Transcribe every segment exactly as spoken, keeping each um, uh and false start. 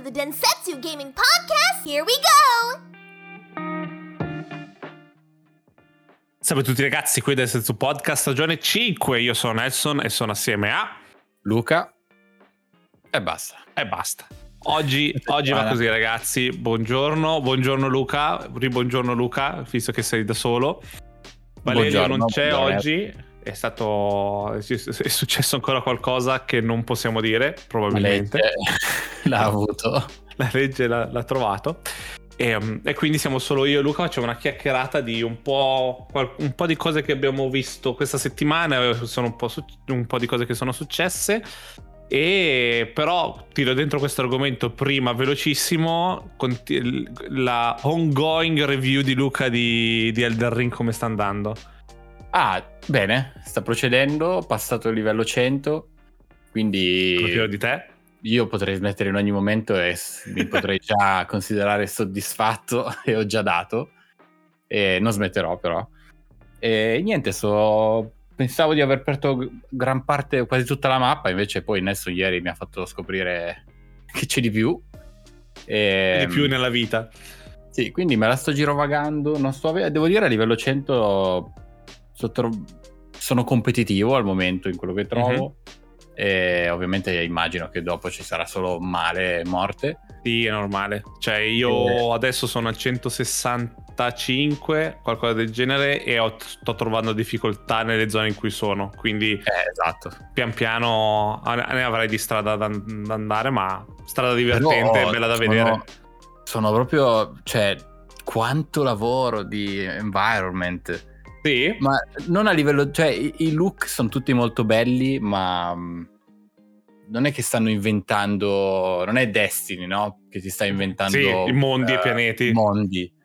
the Densetsu Gaming Podcast. Here we go! Salve a tutti ragazzi, qui del Densetsu Podcast stagione cinque. Io sono Nelson e sono assieme a Luca e basta. E basta. Oggi, oggi va così ragazzi. Buongiorno, buongiorno Luca. Buongiorno Luca, visto che sei da solo. Valerio buongiorno, non c'è buongiorno. Oggi. È stato. È successo ancora qualcosa che non possiamo dire, probabilmente. La legge l'ha avuto. La legge l'ha, l'ha trovato. E, um, e quindi siamo solo io e Luca. Facciamo una chiacchierata di un po', un po' di cose che abbiamo visto questa settimana. Sono un po', su, un po' di cose che sono successe. E però tiro dentro questo argomento prima velocissimo conti- la ongoing review di Luca di, di Elden Ring, come sta andando? Ah, bene, sta procedendo, passato il livello cento, quindi proprio di te? Io potrei smettere in ogni momento e mi potrei già considerare soddisfatto e ho già dato, e non smetterò però. E niente, so... pensavo di aver aperto gran parte, quasi tutta la mappa, invece poi Nelson ieri mi ha fatto scoprire che c'è di più. E... di più nella vita. Sì, quindi me la sto girovagando, non sto... devo dire a livello cento sotto... sono competitivo al momento in quello che trovo, mm-hmm. E ovviamente immagino che dopo ci sarà solo male e morte. Sì, è normale, cioè io e... adesso sono al centosessantacinque, qualcosa del genere, e ho, sto trovando difficoltà nelle zone in cui sono, quindi eh, esatto. pian piano ne avrai di strada da, da andare, ma strada divertente, però bella da sono, vedere. Sono proprio, cioè, quanto lavoro di environment. Sì? Ma non a livello, cioè i, i look sono tutti molto belli, ma non è che stanno inventando, non è Destiny, no? Che ti sta inventando sì, i mondi e uh, i pianeti. Mondi.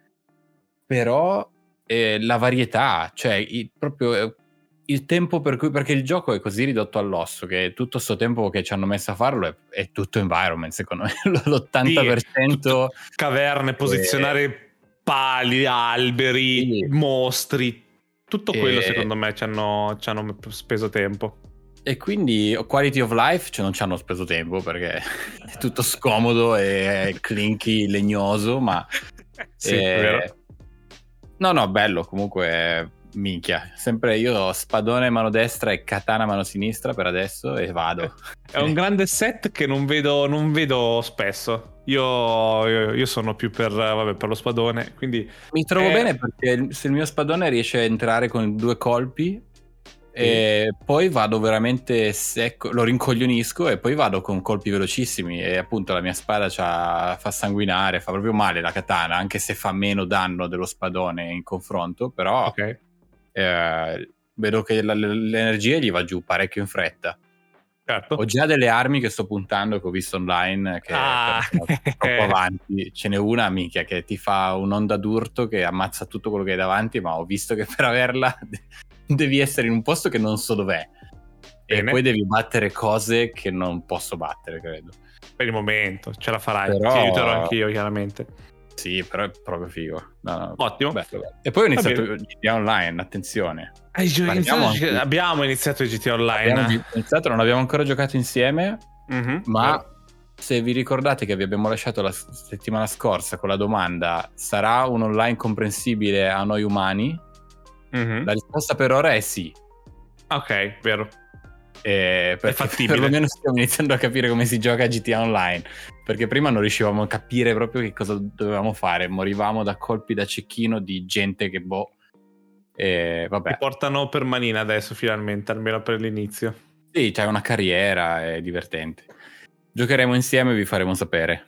Però eh, la varietà, cioè il, proprio il tempo per cui, perché il gioco è così ridotto all'osso che tutto sto tempo che ci hanno messo a farlo è, è tutto environment, secondo me. L'ottanta per cento sì, caverne, posizionare e... pali, alberi, sì. Mostri, tutto quello e... secondo me ci hanno, ci hanno speso tempo. E quindi quality of life, cioè non ci hanno speso tempo perché è tutto scomodo e clinky, legnoso, ma sì, eh... è vero. No, no, bello, comunque minchia. Sempre io spadone mano destra e katana mano sinistra per adesso e vado. È un grande set che non vedo, non vedo spesso. Io, io, io sono più per, vabbè, per lo spadone, quindi mi trovo è... bene perché se il mio spadone riesce a entrare con due colpi e poi vado veramente secco, lo rincoglionisco e poi vado con colpi velocissimi e appunto la mia spada fa sanguinare, fa proprio male la katana, anche se fa meno danno dello spadone in confronto, però okay. eh, vedo che la, l'energia gli va giù parecchio in fretta. Certo. Ho già delle armi che sto puntando, che ho visto online, che ah. sono troppo avanti. Ce n'è una, minchia, che ti fa un'onda d'urto che ammazza tutto quello che hai davanti, ma ho visto che per averla devi essere in un posto che non so dov'è. Bene. E poi devi battere cose che non posso battere, credo. Per il momento, ce la farai. Però... ti aiuterò anch'io, chiaramente. Sì, però è proprio figo. No, no. Ottimo. Beh, e poi ho iniziato G T A Online, attenzione. Eh, iniziato, abbiamo iniziato G T A Online. Abbiamo iniziato, non abbiamo ancora giocato insieme, mm-hmm, ma vero. Se vi ricordate che vi abbiamo lasciato la settimana scorsa con la domanda: sarà un online comprensibile a noi umani? Mm-hmm. La risposta per ora è sì. Ok, vero. Eh, è fattibile. Perlomeno stiamo iniziando a capire come si gioca a G T A Online, perché prima non riuscivamo a capire proprio che cosa dovevamo fare, morivamo da colpi da cecchino di gente che boh. E vabbè. Ti portano per manina adesso finalmente, almeno per l'inizio. Sì, c'è una carriera, è divertente. Giocheremo insieme e vi faremo sapere.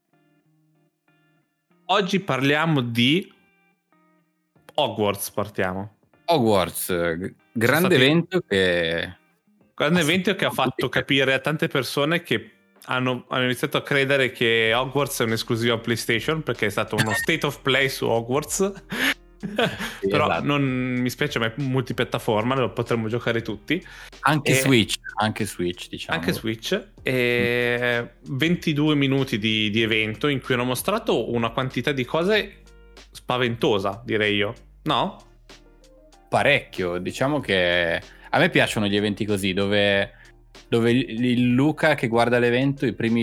Oggi parliamo di Hogwarts, partiamo. Hogwarts, grande stati... evento che... Grande evento che ha fatto capire a tante persone che hanno, hanno iniziato a credere che Hogwarts è un'esclusiva PlayStation, perché è stato uno state of play su Hogwarts. Sì, però esatto. Non mi spiace, ma è multipiattaforma, lo potremmo giocare tutti. Anche e... Switch, anche Switch, diciamo. Anche Switch. E mm. ventidue minuti di, di evento in cui hanno mostrato una quantità di cose spaventosa, direi io. No? Parecchio, diciamo che a me piacciono gli eventi così, dove, dove il Luca che guarda l'evento i primi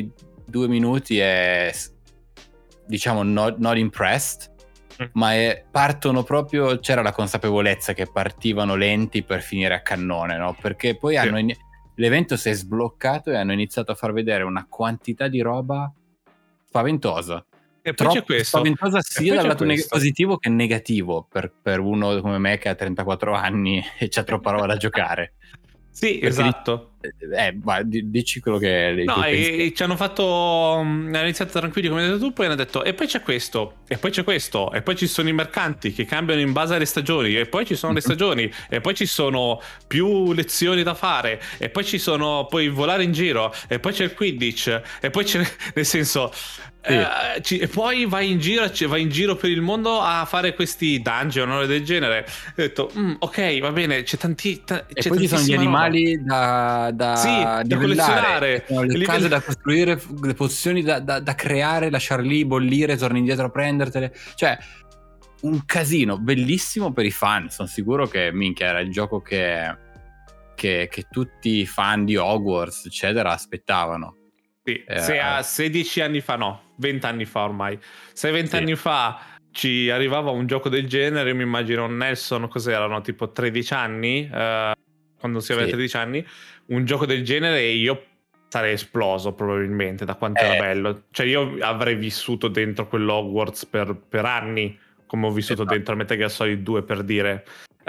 due minuti è, diciamo, not, not impressed, mm. ma è, partono proprio, c'era la consapevolezza che partivano lenti per finire a cannone, no? Perché poi sì. hanno in, l'evento si è sbloccato e hanno iniziato a far vedere una quantità di roba spaventosa. E poi c'è questo. Spaventosa sia dal lato neg- positivo che negativo per, per uno come me che ha trentaquattro anni e c'ha troppa roba da giocare. Sì, perché esatto. Eh, va, dici quello che... No, e, e ci hanno fatto... hanno iniziato tranquilli come hai detto tu, poi hanno detto e poi c'è questo, e poi c'è questo, e poi ci sono i mercanti che cambiano in base alle stagioni, e poi ci sono le stagioni, e poi ci sono più lezioni da fare, e poi ci sono... puoi volare in giro, e poi c'è il Quidditch, e poi c'è... nel senso... Sì. Eh, ci, e poi vai in giro vai in giro per il mondo a fare questi dungeon o del genere. Ho detto mm, ok, va bene, c'è tanti ta- e c'è poi ci sono gli animali da, da, sì, da collezionare, le livell- case da costruire, le pozioni da, da, da creare, lasciar lì bollire, torni indietro a prendertele, cioè un casino bellissimo per i fan. Sono sicuro che minchia era il gioco che, che, che tutti i fan di Hogwarts eccetera aspettavano. Sì, eh, se a sedici anni fa, no, venti anni fa ormai, se venti sì. anni fa ci arrivava un gioco del genere, io mi immagino Nelson, cos'erano, tipo tredici anni, eh, quando si aveva sì. tredici anni, un gioco del genere e io sarei esploso probabilmente da quanto eh. era bello. Cioè io avrei vissuto dentro quell'Hogwarts per, per anni, come ho vissuto esatto. dentro Metal Gear Solid due, per dire.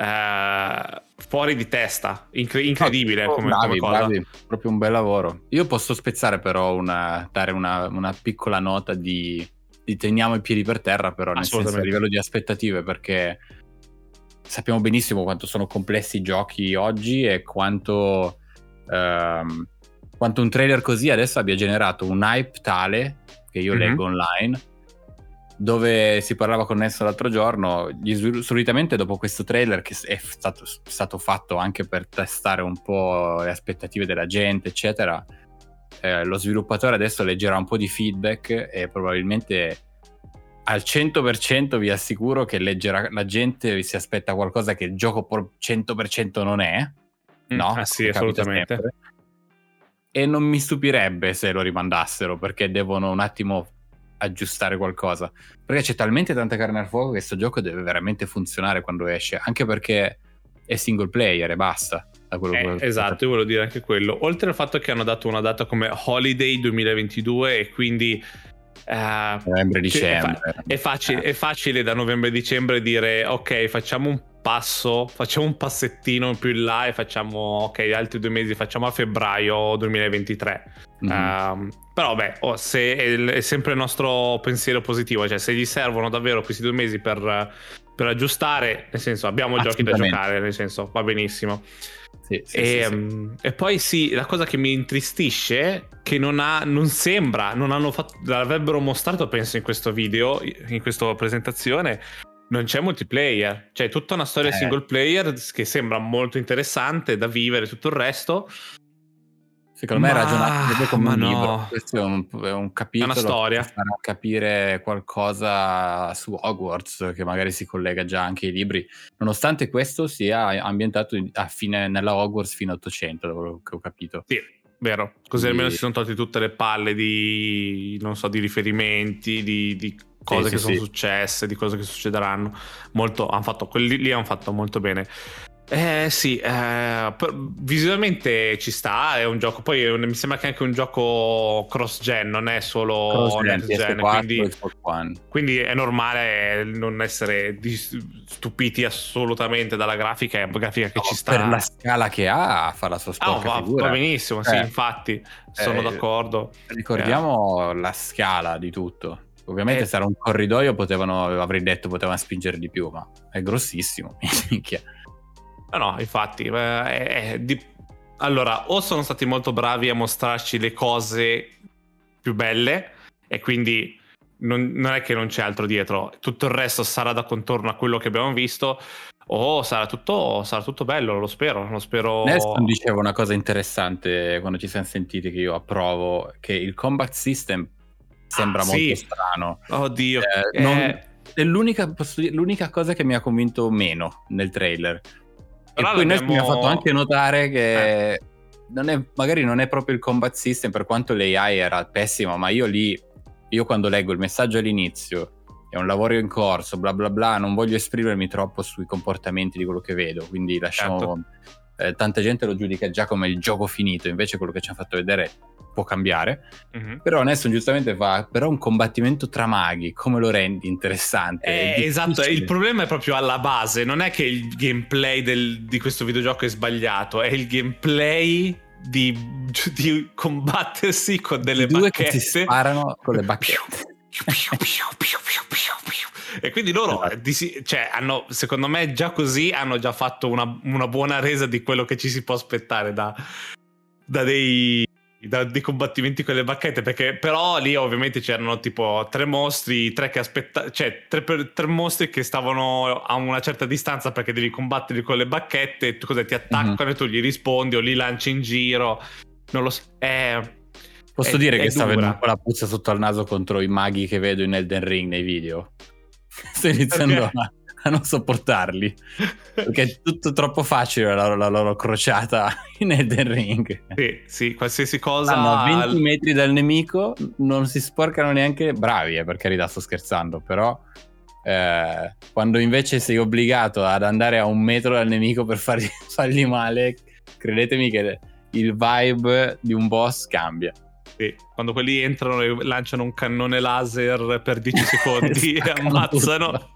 Uh, fuori di testa, Incre- incredibile oh, come, bravi, come cosa. Bravi. Proprio un bel lavoro. Io posso spezzare però una, dare una, una piccola nota di, di teniamo i piedi per terra, però nel senso a livello di aspettative, perché sappiamo benissimo quanto sono complessi i giochi oggi e quanto ehm, quanto un trailer così adesso abbia generato un hype tale che io mm-hmm. leggo online, dove si parlava con Nesso l'altro giorno. Gli svil- solitamente dopo questo trailer, che è stato, stato fatto anche per testare un po' le aspettative della gente eccetera, eh, lo sviluppatore adesso leggerà un po' di feedback e probabilmente al cento per cento vi assicuro che leggerà, la gente si aspetta qualcosa che il gioco cento per cento non è, mm, no? Ah sì, assolutamente. Sempre. E non mi stupirebbe se lo rimandassero, perché devono un attimo aggiustare qualcosa, perché c'è talmente tanta carne al fuoco che questo gioco deve veramente funzionare quando esce, anche perché è single player e basta, da quello eh, che esatto, io volevo dire anche quello, oltre al fatto che hanno dato una data come Holiday duemilaventidue e quindi uh, novembre-dicembre è, fa- è, facile, è facile da novembre-dicembre dire ok, facciamo un passo, facciamo un passettino più in là e facciamo ok, altri due mesi, facciamo a febbraio duemilaventitré. Mm-hmm. Um, però beh, oh, se è, è sempre il nostro pensiero positivo, cioè se gli servono davvero questi due mesi per, per aggiustare, nel senso abbiamo giochi da giocare, nel senso va benissimo. Sì, sì, e, sì, sì. Um, e poi sì, la cosa che mi intristisce che non ha, non sembra, non hanno fatto, l'avrebbero mostrato penso in questo video, in questa presentazione, non c'è multiplayer, cioè tutta una storia eh. single player che sembra molto interessante da vivere, tutto il resto. Secondo ma... me è ragionabile come ma un no. libro. Questo è un, è un capitolo, è una storia, che farà capire qualcosa su Hogwarts che magari si collega già anche ai libri, nonostante questo sia ambientato a fine, nella Hogwarts fino a ottocento, da quello che ho capito. Sì, vero, così e... almeno si sono tolti tutte le palle di, non so, di riferimenti, di, di cose sì, che sì, sono sì. successe, di cose che succederanno. Molto, hanno fatto, quelli lì hanno fatto molto bene. Eh sì, eh, visivamente ci sta, è un gioco, poi è un, mi sembra che è anche un gioco cross-gen, non è solo next-gen, quindi, quindi è normale non essere stupiti assolutamente dalla grafica, è una grafica che no, ci sta. Per la scala che ha, fa la sua sporca ah, va, figura. Va benissimo, eh, sì, infatti, sono eh, d'accordo. Ricordiamo eh. la scala di tutto. Ovviamente eh. se era un corridoio potevano, avrei detto, potevano spingere di più, ma è grossissimo, minchia. No, no, infatti, eh, è di... allora, o sono stati molto bravi a mostrarci le cose più belle e quindi non, non è che non c'è altro dietro, tutto il resto sarà da contorno a quello che abbiamo visto, o sarà tutto, sarà tutto bello, lo spero, lo spero. Nelson diceva una cosa interessante quando ci siamo sentiti, che io approvo, che il combat system sembra ah, molto sì. strano. Oddio, eh, eh... non... è l'unica, posso dire, l'unica cosa che mi ha convinto meno nel trailer. E poi abbiamo... Nelson mi ha fatto anche notare che eh. non è, magari non è proprio il combat system, per quanto l'A I era pessimo, ma io lì, io quando leggo il messaggio all'inizio, è un lavoro in corso, bla bla bla, non voglio esprimermi troppo sui comportamenti di quello che vedo, quindi lasciamo... Certo. Eh, tanta gente lo giudica già come il gioco finito, invece quello che ci hanno fatto vedere può cambiare. Mm-hmm. Però Nessun giustamente fa, però un combattimento tra maghi, come lo rendi interessante? Eh, esatto, il problema è proprio alla base, non è che il gameplay del, di questo videogioco è sbagliato, è il gameplay di, di combattersi con delle due bacchette che si sparano con le bacchette. E quindi loro esatto. cioè, hanno, secondo me già così hanno già fatto una, una buona resa di quello che ci si può aspettare da, da dei da dei combattimenti con le bacchette, perché però lì ovviamente c'erano tipo tre mostri, tre che aspetta, cioè tre, per, tre mostri che stavano a una certa distanza perché devi combatterli con le bacchette, e tu cosa ti attaccano mm-hmm. e tu gli rispondi o li lanci in giro, non lo so. È Posso è, dire è che dura. sta avendo un po' la puzza sotto al naso contro i maghi che vedo in Elden Ring nei video. Sto iniziando a, a non sopportarli perché è tutto troppo facile la, la loro crociata in Elden Ring. Sì, sì, qualsiasi cosa. Stanno a venti metri dal nemico, non si sporcano neanche. Bravi, eh, per carità, sto scherzando, però eh, quando invece sei obbligato ad andare a un metro dal nemico per fargli, fargli male, credetemi che il vibe di un boss cambia. Sì, quando quelli entrano e lanciano un cannone laser per dieci secondi e ammazzano.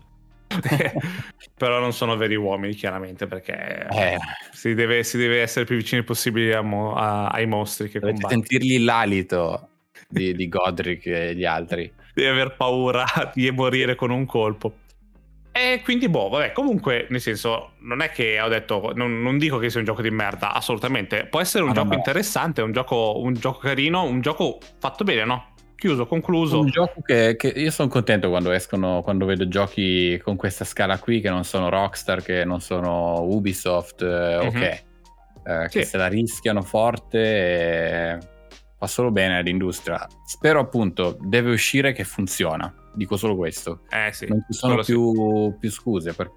Però non sono veri uomini, chiaramente, perché eh. si, deve, si deve essere più vicini possibile a mo- a, ai mostri che dovete combattono. Sentirgli l'alito di, di Godric e gli altri. Devi aver paura di morire con un colpo. E quindi boh, vabbè, comunque, nel senso, non è che ho detto, non, non dico che sia un gioco di merda, assolutamente. Può essere un ah, gioco no. interessante, un gioco, un gioco carino, un gioco fatto bene, no? Chiuso, concluso. Un gioco che, che io sono contento quando escono, quando vedo giochi con questa scala qui, che non sono Rockstar, che non sono Ubisoft, eh, mm-hmm. ok, eh, sì. che se la rischiano forte e fa solo bene all'industria. Spero appunto, deve uscire che funziona. Dico solo questo. Eh sì, non ci sono più, sì. più scuse. Per...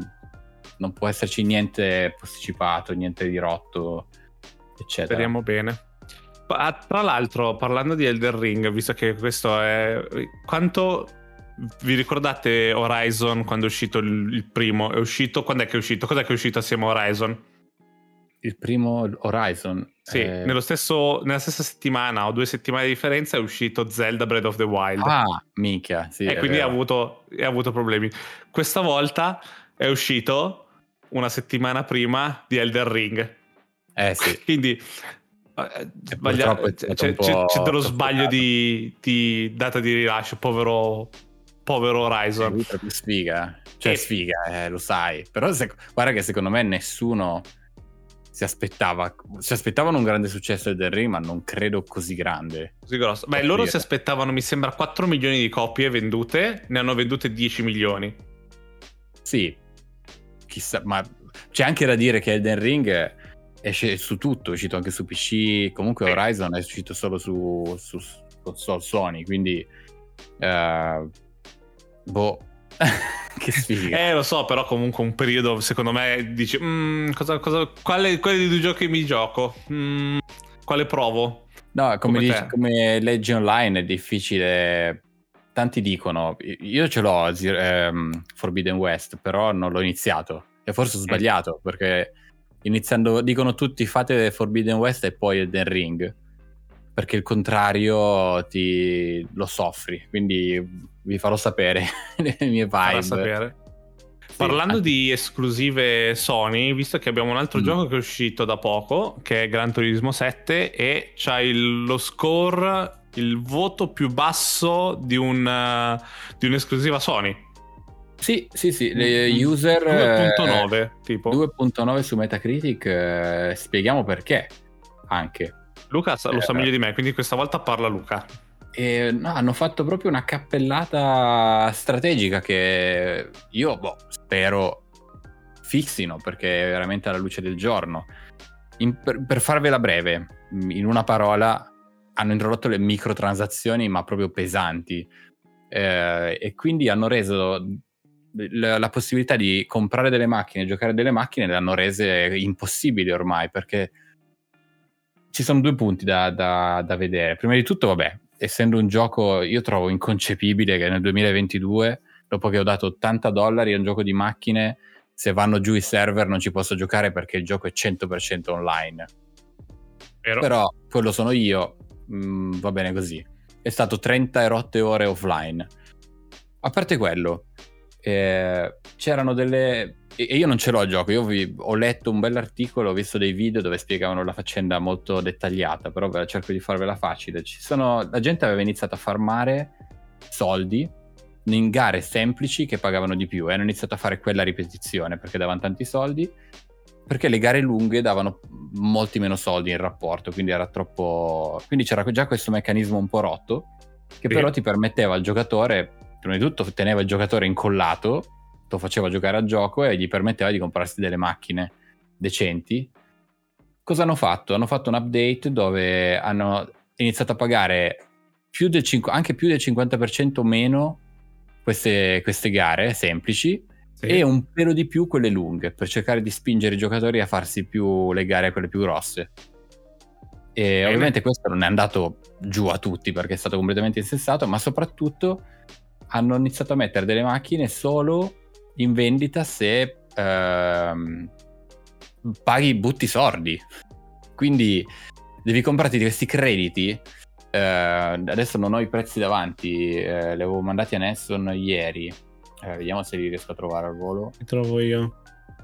Non può esserci niente posticipato, niente di rotto, eccetera. Speriamo bene. Tra l'altro, parlando di Elden Ring, visto che questo è... Quanto... Vi ricordate Horizon quando è uscito il, il primo? È uscito... Quando è che è uscito? Cos'è che è uscito assieme a Horizon? Il primo Horizon? Sì, eh... nello stesso, nella stessa settimana o due settimane di differenza è uscito Zelda Breath of the Wild. Ah, minchia, sì. E quindi ha avuto, ha avuto problemi. Questa volta è uscito una settimana prima di Elden Ring. Eh sì. Quindi sbaglia... c'è, c'è, c'è dello sbaglio di, di data di rilascio, povero, povero Horizon. È più sfiga. Cioè e... sfiga, eh, lo sai. Però se... guarda che secondo me nessuno... si aspettava si aspettavano un grande successo del Ring, ma non credo così grande, così grosso. Beh, loro dire. si aspettavano, mi sembra, quattro milioni di copie vendute, ne hanno vendute dieci milioni. Sì, chissà, ma c'è anche da dire che Elden Ring esce su tutto, è uscito anche su P C, comunque Horizon è uscito solo su su, su Sony, quindi uh, boh. Che sfiga. Eh, lo so, però comunque un periodo, secondo me, dici mm, cosa, cosa, quale, quale dei due giochi mi gioco? Mm, quale provo? No, come, come, dici, come leggi online è difficile. Tanti dicono, io ce l'ho um, Forbidden West, però non l'ho iniziato e forse ho sbagliato, mm. perché iniziando, dicono tutti fate Forbidden West e poi Elden Ring, perché il contrario ti lo soffri, quindi vi farò sapere le mie vibe. Sapere. Sì, parlando anche... di esclusive Sony, visto che abbiamo un altro mm. gioco che è uscito da poco, che è Gran Turismo sette, e c'ha il, lo score, il voto più basso di, un, uh, di un'esclusiva Sony. Sì, sì, sì, le user due virgola nove eh, tipo due virgola nove su Metacritic, eh, spieghiamo perché anche. Luca lo sa meglio di me, quindi questa volta parla Luca. E, no, hanno fatto proprio una cappellata strategica che io boh, spero fissino, perché è veramente alla luce del giorno. In, per, per farvela breve, in una parola, hanno introdotto le microtransazioni, ma proprio pesanti, eh, e quindi hanno reso la, la possibilità di comprare delle macchine, giocare delle macchine, le hanno rese impossibili ormai, perché ci sono due punti da, da, da vedere. Prima di tutto, vabbè, essendo un gioco, io trovo inconcepibile che nel duemilaventidue, dopo che ho dato ottanta dollari a un gioco di macchine, se vanno giù i server non ci posso giocare perché il gioco è cento per cento online. Vero. Però quello sono io, mh, va bene così. È stato trenta e rotte ore offline. A parte quello, eh, c'erano delle... E io non ce l'ho il gioco, io vi... ho letto un bell'articolo, ho visto dei video dove spiegavano la faccenda molto dettagliata, però ve la cerco di farvela facile. Ci sono... La gente aveva iniziato a farmare soldi in gare semplici che pagavano di più e hanno iniziato a fare quella ripetizione perché davano tanti soldi, perché le gare lunghe davano molti meno soldi in rapporto, quindi era troppo... Quindi c'era già questo meccanismo un po' rotto che Sì. però ti permetteva al giocatore, prima di tutto teneva il giocatore incollato, lo faceva giocare al gioco e gli permetteva di comprarsi delle macchine decenti. Cosa hanno fatto? Hanno fatto un update dove hanno iniziato a pagare più del cinque, anche più del cinquanta per cento meno queste, queste gare semplici, Sì. e un pelo di più quelle lunghe, per cercare di spingere i giocatori a farsi più le gare quelle più grosse. E Bene. ovviamente questo non è andato giù a tutti perché è stato completamente insensato, ma soprattutto hanno iniziato a mettere delle macchine solo in vendita se ehm, paghi, butti sordi. Quindi devi comprarti questi crediti. Eh, adesso non ho i prezzi davanti, eh, li avevo mandati a Nesson ieri. Eh, vediamo se li riesco a trovare al volo. Li trovo io.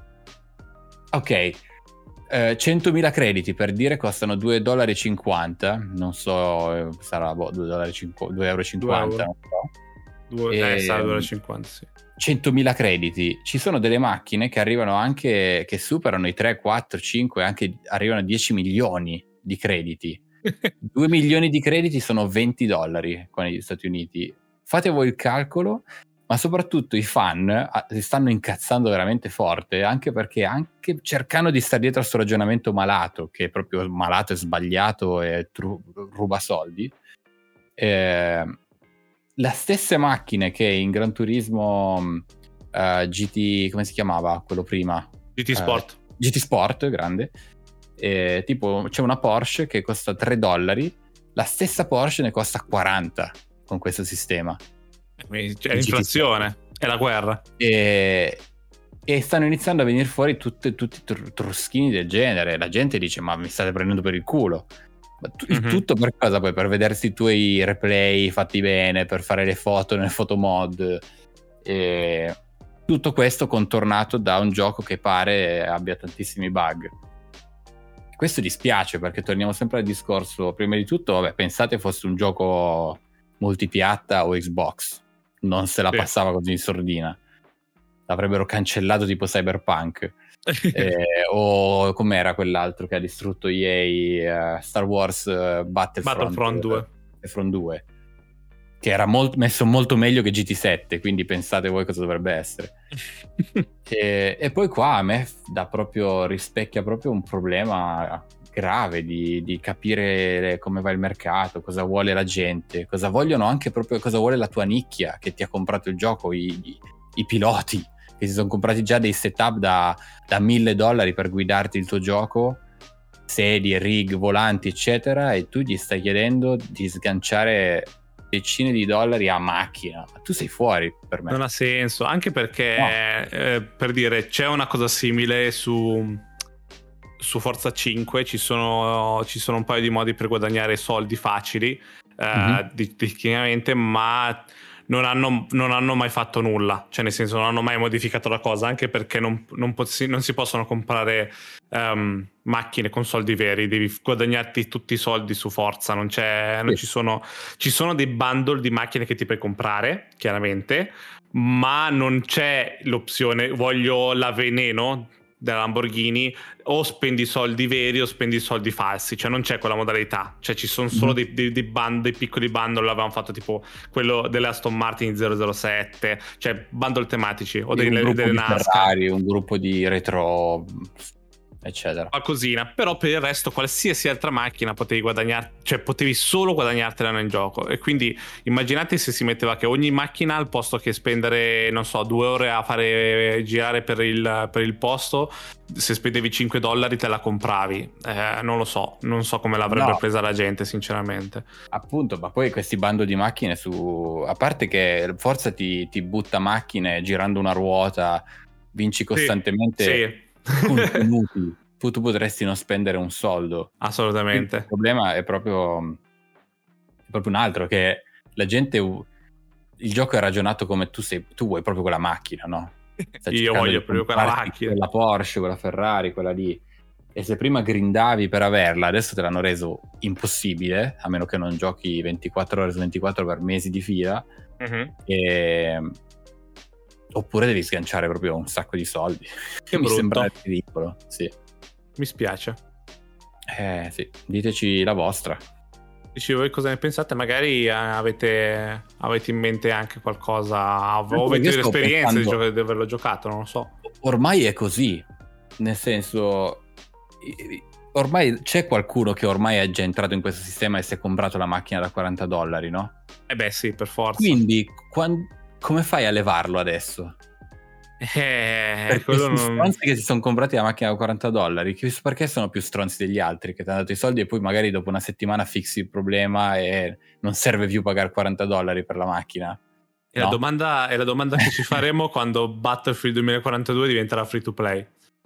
Ok, eh, centomila crediti per dire costano due virgola cinquanta dollari. Non so, eh, sarà boh, due virgola cinquanta, due virgola cinquanta euro. Non so. Due, E- eh, sarà due virgola cinquanta, sì. centomila crediti. Ci sono delle macchine che arrivano anche, che superano i tre, quattro, cinque, anche arrivano a dieci milioni di crediti. due milioni di crediti sono venti dollari qua negli Stati Uniti. Fate voi il calcolo, ma soprattutto i fan ah, si stanno incazzando veramente forte, anche perché anche cercando di stare dietro a questo ragionamento malato, che è proprio malato e sbagliato e tru- ruba soldi, eh, la stesse macchine che in Gran Turismo uh, G T, come si chiamava quello prima? G T Sport. Uh, G T Sport, grande. Eh, tipo c'è una Porsche che costa tre dollari, la stessa Porsche ne costa quaranta con questo sistema. Quindi c'è l'inflazione, è la guerra. E, e stanno iniziando a venire fuori tutte, tutti i tr- truschini del genere. La gente dice: ma mi state prendendo per il culo. Ma tu- il Mhm. tutto per cosa? Poi per vedersi i tuoi replay fatti bene, per fare le foto nel photomod, e tutto questo contornato da un gioco che pare abbia tantissimi bug. Questo dispiace, perché torniamo sempre al discorso. Prima di tutto, vabbè, pensate fosse un gioco multipiatta o Xbox, non se la Sì. passava così in sordina, l'avrebbero cancellato tipo Cyberpunk. Eh, o com'era quell'altro che ha distrutto E A, uh, Star Wars uh, Battlefront, Battlefront due. Battlefront due, che era molt- messo molto meglio che G T sette, quindi pensate voi cosa dovrebbe essere. e, e poi qua a me dà proprio, rispecchia proprio un problema grave di, di capire come va il mercato, cosa vuole la gente, cosa vogliono, anche proprio cosa vuole la tua nicchia che ti ha comprato il gioco, i, i, i piloti che si sono comprati già dei setup da, da mille dollari per guidarti il tuo gioco, sedie, rig, volanti eccetera, e tu gli stai chiedendo di sganciare decine di dollari a macchina. Ma tu sei fuori per me. Non ha senso, anche perché No. eh, per dire, c'è una cosa simile su su Forza cinque, ci sono ci sono un paio di modi per guadagnare soldi facili, eh, Mhm. di- tecnicamente, ma non hanno, non hanno mai fatto nulla, cioè nel senso non hanno mai modificato la cosa, anche perché non, non, posi- non si possono comprare ehm, macchine con soldi veri, devi guadagnarti tutti i soldi su Forza, non c'è, non Sì. ci sono ci sono dei bundle di macchine che ti puoi comprare, chiaramente, ma non c'è l'opzione voglio la Veneno della Lamborghini, o spendi soldi veri o spendi soldi falsi, cioè non c'è quella modalità, cioè ci sono solo Mhm. dei, dei, dei, bund- dei piccoli bundle, l'avevamo fatto tipo quello delle Aston Martin zero zero sette, cioè bundle tematici o Sì, delle, un gruppo delle di NASCAR. Ferrari, un gruppo di retro eccetera. Qualcosina, però per il resto qualsiasi altra macchina potevi guadagnare, cioè potevi solo guadagnartela nel gioco. E quindi immaginate se si metteva che ogni macchina, al posto che spendere, non so, due ore a fare girare per il, per il posto, se spendevi cinque dollari te la compravi. Eh, non lo so, non so come l'avrebbe No. presa la gente, sinceramente. Appunto, ma poi questi bando di macchine su, a parte che Forza ti, ti butta macchine girando una ruota, vinci costantemente Sì. contenuti, tu, tu potresti non spendere un soldo. Assolutamente. Quindi il problema è proprio, è proprio un altro, che la gente, il gioco è ragionato come tu sei, tu vuoi proprio quella macchina, no? Stai Io cercando voglio di proprio quella comprarti macchina. quella Porsche, quella Ferrari, quella lì. E se prima grindavi per averla, adesso te l'hanno reso impossibile, a meno che non giochi ventiquattro ore su ventiquattro per mesi di fila. Mhm. E... oppure devi sganciare proprio un sacco di soldi. Che mi brutto. sembra ridicolo, sì. Mi spiace. Eh sì, diteci la vostra. Dici voi cosa ne pensate? Magari eh, avete, avete in mente anche qualcosa, o Io avete sto l'esperienza di, pensando- gio- di averlo giocato, non lo so. Ormai è così, nel senso, i- i- ormai c'è qualcuno che ormai è già entrato in questo sistema e si è comprato la macchina da quaranta dollari, no? Eh beh sì, per forza. Quindi quan- come fai a levarlo adesso? Eh, Perché quello questi non... stronzi che si sono comprati la macchina da quaranta dollari, che- perché sono più stronzi degli altri che ti hanno dato i soldi e poi magari dopo una settimana fissi il problema e non serve più pagare quaranta dollari per la macchina? È, la No? domanda, è la domanda che ci faremo quando Battlefield duemilaquarantadue diventerà free to play.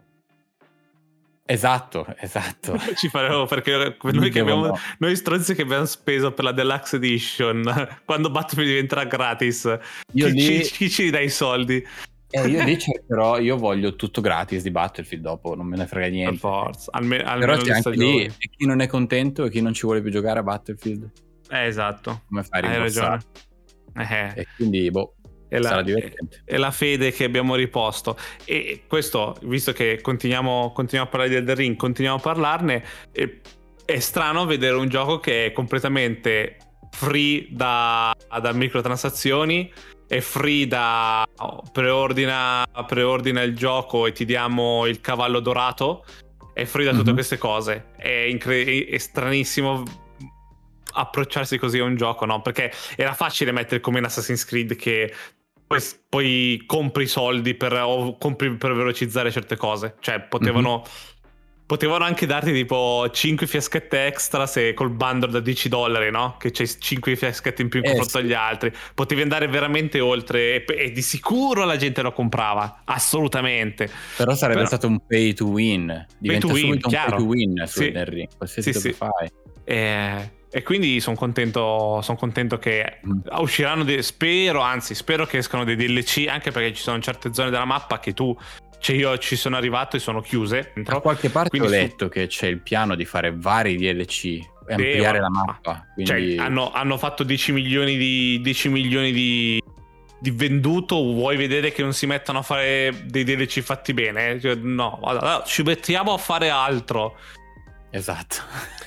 Esatto, esatto. Ci faremo perché noi, che Devo abbiamo, no. noi stronzi che abbiamo speso per la Deluxe Edition, quando Battlefield diventerà gratis, Io chi, lì- ci, chi ci dà i soldi? Eh, io lì cercherò, io voglio tutto gratis di Battlefield dopo, non me ne frega Per niente. forza, alme- Però almeno c'è le anche stagioni. lì e chi non è contento e chi non ci vuole più giocare a Battlefield, Eh, esatto, come fai a hai rimborsare? ragione. Eh. E quindi, boh, È sarà la, divertente. è la fede che abbiamo riposto. E questo, visto che continuiamo, continuiamo a parlare di Elden Ring, continuiamo a parlarne, è, è strano vedere un gioco che è completamente free da, da microtransazioni, è free da oh, preordina, preordina il gioco e ti diamo il cavallo dorato, è free da tutte Mhm. queste cose. È, incre- è stranissimo approcciarsi così a un gioco, no? Perché era facile mettere come in Assassin's Creed che poi, poi compri soldi per, o compri per velocizzare certe cose. Cioè potevano, potevano anche darti tipo cinque fiaschette extra se col bundle da dieci dollari, no? Che c'hai cinque fiaschette in più in Eh, confronto sì. agli altri. Potevi andare veramente oltre e, e di sicuro la gente lo comprava, assolutamente. Però sarebbe Però- stato un pay to win. Diventa to win, subito un chiaro. pay to win su Sì. Elden Ring, qualsiasi Sì, cosa sì. fai. E, e quindi sono contento, son contento che Mm. usciranno dei, spero, anzi spero che escano dei D L C, anche perché ci sono certe zone della mappa che tu, cioè io ci sono arrivato e sono chiuse Da dentro. qualche parte Quindi ho su- letto che c'è il piano di fare vari D L C e ampliare la Devono- mappa. Quindi... Cioè hanno, hanno fatto dieci milioni di dieci milioni di, di venduto. Vuoi vedere che non si mettano a fare dei D L C fatti bene? Cioè, no, allora, ci mettiamo a fare altro. Esatto.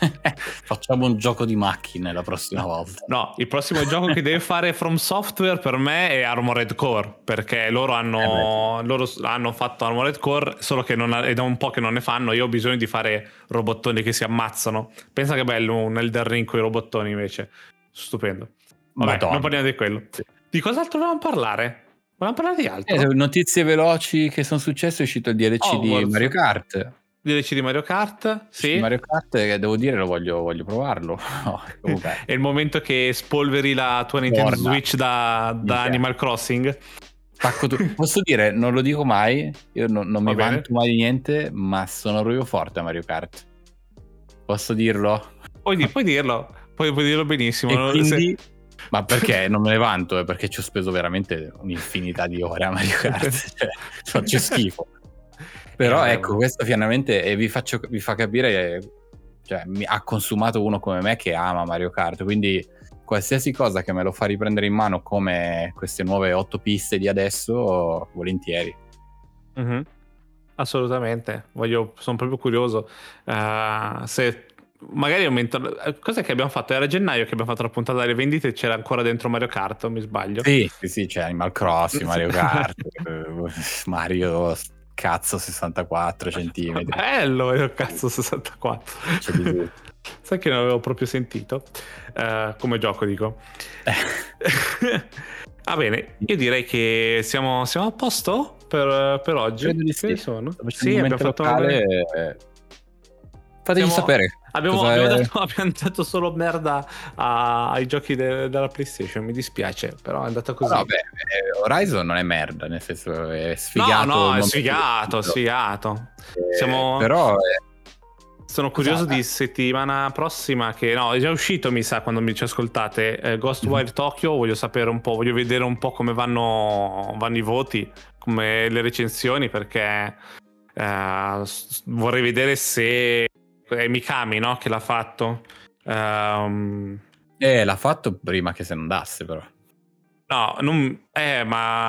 Facciamo un gioco di macchine la prossima volta. No, il prossimo gioco che deve fare From Software per me è Armored Core, perché loro hanno, Eh loro hanno fatto Armored Core, solo che non, è da un po' che non ne fanno. Io ho bisogno di fare robottoni che si ammazzano. Pensa che bello un Elden Ring con i robottoni invece. Stupendo. Vabbè, Madonna. non parliamo di quello. Sì. Di cos'altro volevamo parlare? Volevamo parlare di altro? Eh, notizie veloci che sono successe, è uscito il D L C Oh, di guarda. Mario Kart. D L C di Mario Kart? Sì. Mario Kart, che devo dire, lo voglio, voglio provarlo. No, comunque. È il momento che spolveri la tua Nintendo Torna. Switch da, da Minchia. Animal Crossing. Pacco tu- Posso dire, non lo dico mai, io non, non Va mi bene. vanto mai di niente, ma sono proprio forte a Mario Kart. Posso dirlo? Puoi, di- puoi dirlo, puoi, puoi dirlo benissimo. E non- quindi... se- Ma perché non me ne vanto? È perché ci ho speso veramente un'infinità di ore a Mario Kart. Cioè, faccio schifo. Però Eh, ecco, questo finalmente e vi, faccio, vi fa capire, cioè, mi ha consumato uno come me che ama Mario Kart, quindi qualsiasi cosa che me lo fa riprendere in mano come queste nuove otto piste di adesso, volentieri. Mhm. Assolutamente, voglio, sono proprio curioso. Uh, se magari aumentano. Cos'è che abbiamo fatto? Era gennaio che abbiamo fatto la puntata delle vendite e c'era ancora dentro Mario Kart, o mi sbaglio? Sì, sì, sì, c'è Animal Crossing, Mario Kart, eh, Mario cazzo sessantaquattro centimetri. Bello, il cazzo sessantaquattro. C'è di tutto. Sai che non avevo proprio sentito uh, come gioco, dico. Va bene, io direi che siamo, siamo a posto per, per oggi. Credo di Che sì. sono? Sto facendo Sì, un abbiamo momento fatto locale, eh, fateci Siamo- sapere. Abbiamo, cosa abbiamo è- dato, abbiamo dato solo merda a- ai giochi de- della PlayStation, mi dispiace, però è andata così. No, beh, eh, Horizon non è merda, nel senso è no, sfigato. no, il è momento sfigato, è del- sfigato. Eh, Siamo- Però eh, Sono curioso Esatto. di settimana prossima che no, è già uscito mi sa quando mi ci ascoltate eh, Ghostwire Tokyo, voglio sapere un po', voglio vedere un po' come vanno, vanno i voti, come le recensioni, perché eh, s- vorrei vedere se è Mikami, no, che l'ha fatto. Ehm, eh, l'ha fatto prima che se ne andasse, però. no, non, eh,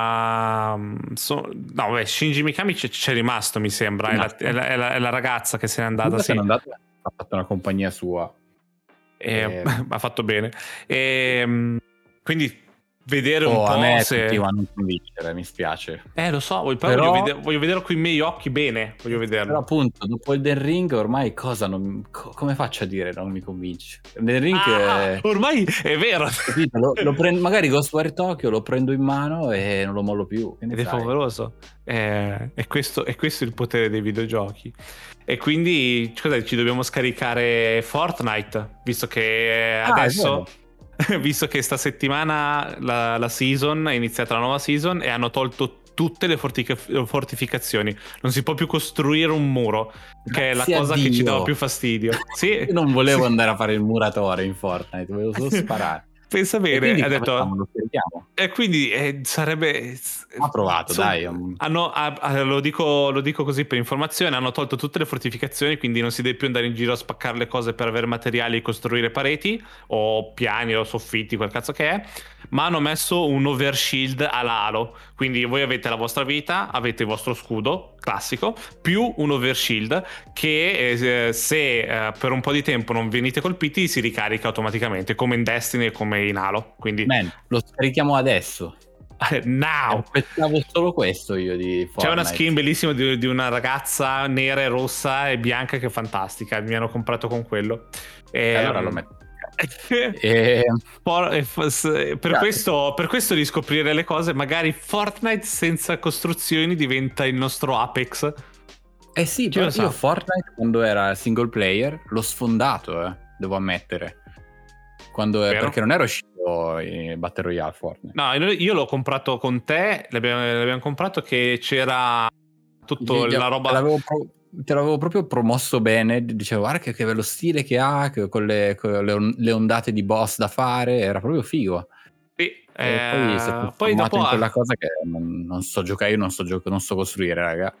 ma so- no, beh, Shinji Mikami c'è, c'è rimasto, mi sembra. È la, è, la, è la- è la ragazza che se n'è andata. Prima Sì. se n'è andata, ha fatto una compagnia sua. E- Eh. ha fatto bene. E, quindi vedere un Oh, a po' me se. continua a non convincere, mi spiace. Eh, lo so, voglio, però Però- voglio, vedere, voglio vederlo con i miei occhi bene. Voglio Però vederlo. appunto, dopo il Den Ring ormai cosa non... co- come faccio a dire non mi convince? Il Den Ring Ah, è... ormai è vero. capito? Lo, lo prendo, magari Ghostwire Tokyo lo prendo in mano e non lo mollo più. Che ne Ed è sai? favoloso. Eh, è, questo, è questo il potere dei videogiochi. E quindi cosa, ci dobbiamo scaricare Fortnite, visto che Ah, adesso, visto che sta settimana la, la season, è iniziata la nuova season e hanno tolto tutte le fortica- fortificazioni. Non si può più costruire un muro, che è la Grazie a cosa che ci Dio. dava più fastidio. Sì, Io non volevo sì. andare a fare il muratore in Fortnite, volevo solo sparare. Pensa E bene, quindi ha cosa detto... facciamo? Lo scarichiamo? E quindi eh, sarebbe. Ha provato, so- dai, um. hanno- ah, ah, lo, dico, lo dico così per informazione: hanno tolto tutte le fortificazioni, quindi non si deve più andare in giro a spaccare le cose per avere materiali e costruire pareti o piani o soffitti, quel cazzo che è. Ma hanno messo un overshield alla Halo. Quindi voi avete la vostra vita, avete il vostro scudo classico, più un overshield che eh, se eh, per un po' di tempo non venite colpiti si ricarica automaticamente, come in Destiny e come in Halo. Quindi Man, lo scarichiamo adesso. now Aspettavo solo questo io di Fortnite. c'è una skin bellissima di, di una ragazza nera e rossa e bianca che è fantastica, mi hanno comprato con quello. E, Allora lo metto. e, E... por- f- s- per, Grazie. questo, per questo riscoprire le cose, magari Fortnite senza costruzioni diventa il nostro Apex. Eh sì, Chi però lo sa? io Fortnite quando era single player l'ho sfondato, eh, devo ammettere. Quando è, Vero? perché non era uscito in Battle Royale Fortnite. No, io io l'ho comprato con te, l'abbiamo, l'abbiamo comprato che c'era tutto Sì, la te roba. l'avevo, pro- te l'avevo proprio promosso bene, dicevo guarda che, che bello stile che ha, che- con, le, con le on- le ondate di boss da fare, era proprio figo. Sì, E eh, poi si è poi trasformato dopo in quella cosa che non, non so giocare, io non so, gioco, non so costruire, raga.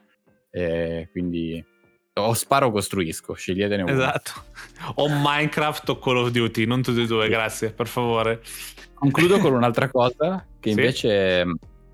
E quindi o sparo o costruisco, sceglietene uno. Esatto. O Minecraft o Call of Duty, non tutti e due, Sì. grazie, per favore. Concludo con un'altra cosa che Sì. invece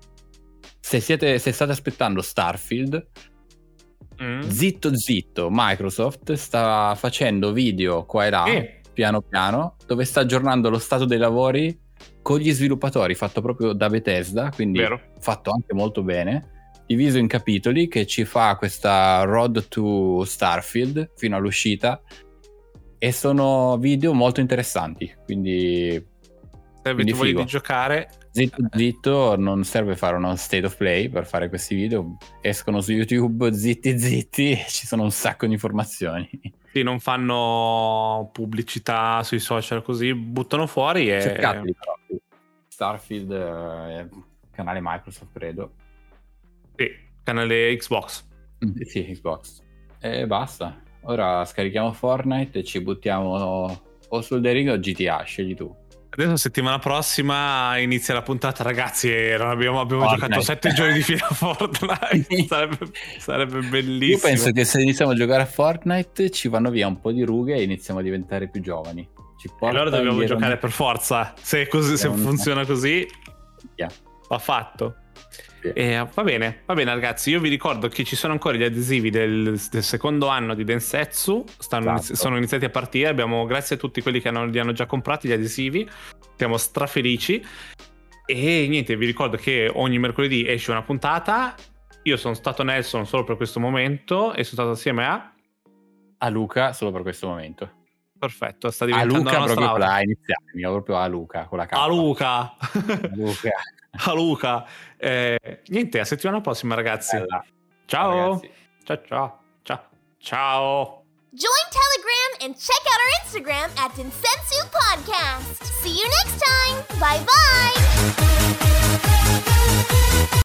se siete se state aspettando Starfield, Mm. zitto zitto Microsoft sta facendo video qua e là, Sì. piano piano, dove sta aggiornando lo stato dei lavori con gli sviluppatori, fatto proprio da Bethesda, quindi Vero. fatto anche molto bene, diviso in capitoli, che ci fa questa road to Starfield fino all'uscita, e sono video molto interessanti, quindi Se Quindi avete voglia figo. di giocare, zitto zitto, non serve fare uno state of play per fare questi video, escono su YouTube zitti zitti e ci sono un sacco di informazioni. sì, non fanno pubblicità sui social così, buttano fuori e... Cercateli proprio. Starfield, eh, canale Microsoft credo. Sì, canale Xbox. Mm, sì, Xbox. E basta. Ora scarichiamo Fortnite e ci buttiamo o sul The Ring o G T A, scegli tu. Adesso settimana prossima inizia la puntata, ragazzi, e non abbiamo, abbiamo Fortnite. giocato sette giorni di fila a Fortnite. sarebbe, sarebbe bellissimo. Io penso che se iniziamo a giocare a Fortnite ci vanno via un po' di rughe e iniziamo a diventare più giovani. Ci E porta allora dobbiamo indietro- giocare per forza. Se, è così, se Non- funziona così, Yeah. va fatto. Sì. E va bene, va bene ragazzi, io vi ricordo che ci sono ancora gli adesivi del, del secondo anno di Densetsu, stanno Esatto. inizi- sono iniziati a partire, abbiamo, grazie a tutti quelli che hanno, li hanno già comprati gli adesivi, siamo strafelici. E niente, vi ricordo che ogni mercoledì esce una puntata, io sono stato Nelson solo per questo momento e sono stato assieme a... A Luca solo per questo momento. Perfetto, sta A diventando Luca la nostra proprio con laurea. la iniziale, proprio a Luca con la K. A Luca. A Luca. A Luca. Eh, niente, a settimana prossima ragazzi. Bella. Ciao. Ragazzi. Ciao ciao. Ciao. Ciao. Join Telegram and check out our Instagram at Densensu Podcast. See you next time. Bye bye.